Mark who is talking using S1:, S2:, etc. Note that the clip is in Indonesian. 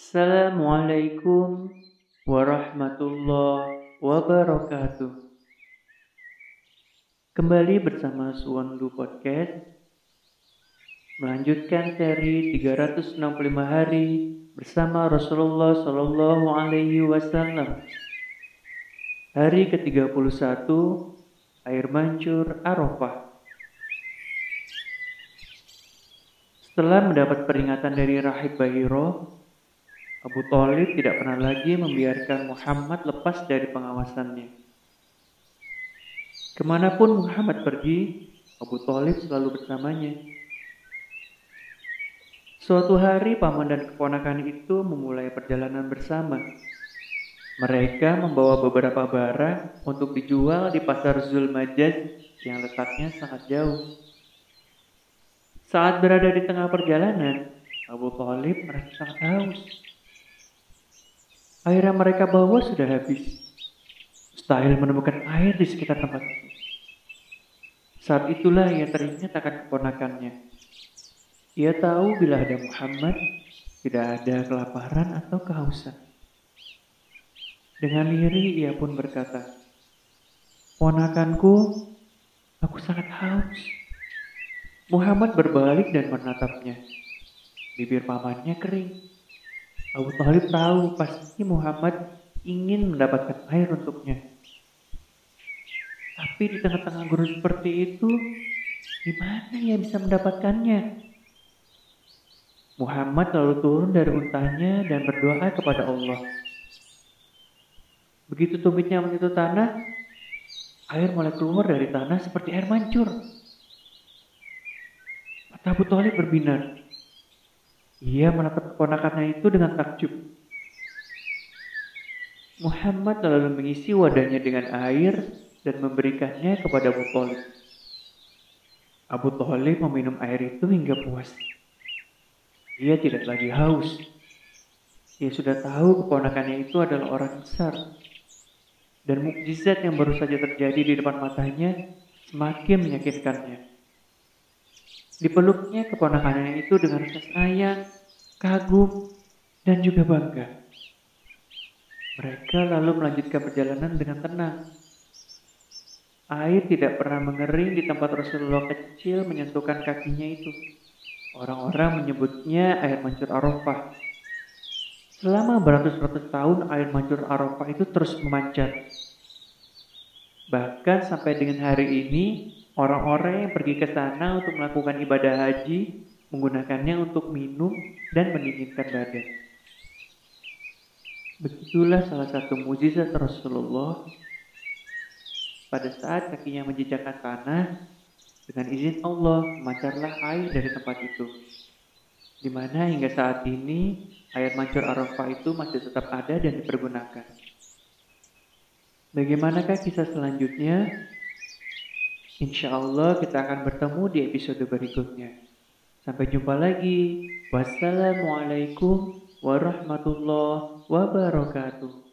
S1: Assalamualaikum warahmatullahi wabarakatuh. Kembali bersama Suwondu Podcast, melanjutkan seri 365 hari bersama Rasulullah Shallallahu Alaihi Wasallam. Hari ke-31, air mancur Arafah. Setelah mendapat peringatan dari Rahib Bahiro, Abu Thalib tidak pernah lagi membiarkan Muhammad lepas dari pengawasannya. Kemanapun Muhammad pergi, Abu Thalib selalu bersamanya. Suatu hari paman dan keponakan itu memulai perjalanan bersama. Mereka membawa beberapa barang untuk dijual di pasar Zulmajaz yang letaknya sangat jauh. Saat berada di tengah perjalanan, Abu Thalib merasa sangat haus. Air yang mereka bawa sudah habis. Mustahil menemukan air di sekitar tempat itu. Saat itulah ia teringat akan keponakannya. Ia tahu bila ada Muhammad, tidak ada kelaparan atau kehausan. Dengan lirih ia pun berkata, "Ponakanku, aku sangat haus." Muhammad berbalik dan menatapnya. Bibir pamannya kering. Abu Thalib tahu pasti Muhammad ingin mendapatkan air untuknya. Tapi di tengah-tengah gurun seperti itu, di mana ia bisa mendapatkannya? Muhammad lalu turun dari untanya dan berdoa kepada Allah. Begitu tumitnya menyentuh tanah, air mulai keluar dari tanah seperti air mancur. Mata Abu Thalib berbinar. Ia menatap keponakannya itu dengan takjub. Muhammad lalu mengisi wadahnya dengan air dan memberikannya kepada Abu Thalib. Abu Thalib meminum air itu hingga puas. Ia tidak lagi haus. Ia sudah tahu keponakannya itu adalah orang besar. Dan mukjizat yang baru saja terjadi di depan matanya semakin meyakinkannya. Dipeluknya keponakannya itu dengan rasa sayang, kagum, dan juga bangga. Mereka lalu melanjutkan perjalanan dengan tenang. Air tidak pernah mengering di tempat Rasulullah kecil menyentuhkan kakinya itu. Orang-orang menyebutnya air mancur Arafah. Selama beratus-ratus tahun air mancur Arafah itu terus memancar. Bahkan sampai dengan hari ini, orang-orang yang pergi ke sana untuk melakukan ibadah haji menggunakannya untuk minum dan mendinginkan badan. Begitulah salah satu mukjizat Rasulullah. Pada saat kakinya menjejakkan tanah, dengan izin Allah memancarlah air dari tempat itu. Di mana hingga saat ini air mancur Arafah itu masih tetap ada dan dipergunakan. Bagaimanakah kisah selanjutnya? Insya Allah kita akan bertemu di episode berikutnya. Sampai jumpa lagi. Wassalamualaikum warahmatullahi wabarakatuh.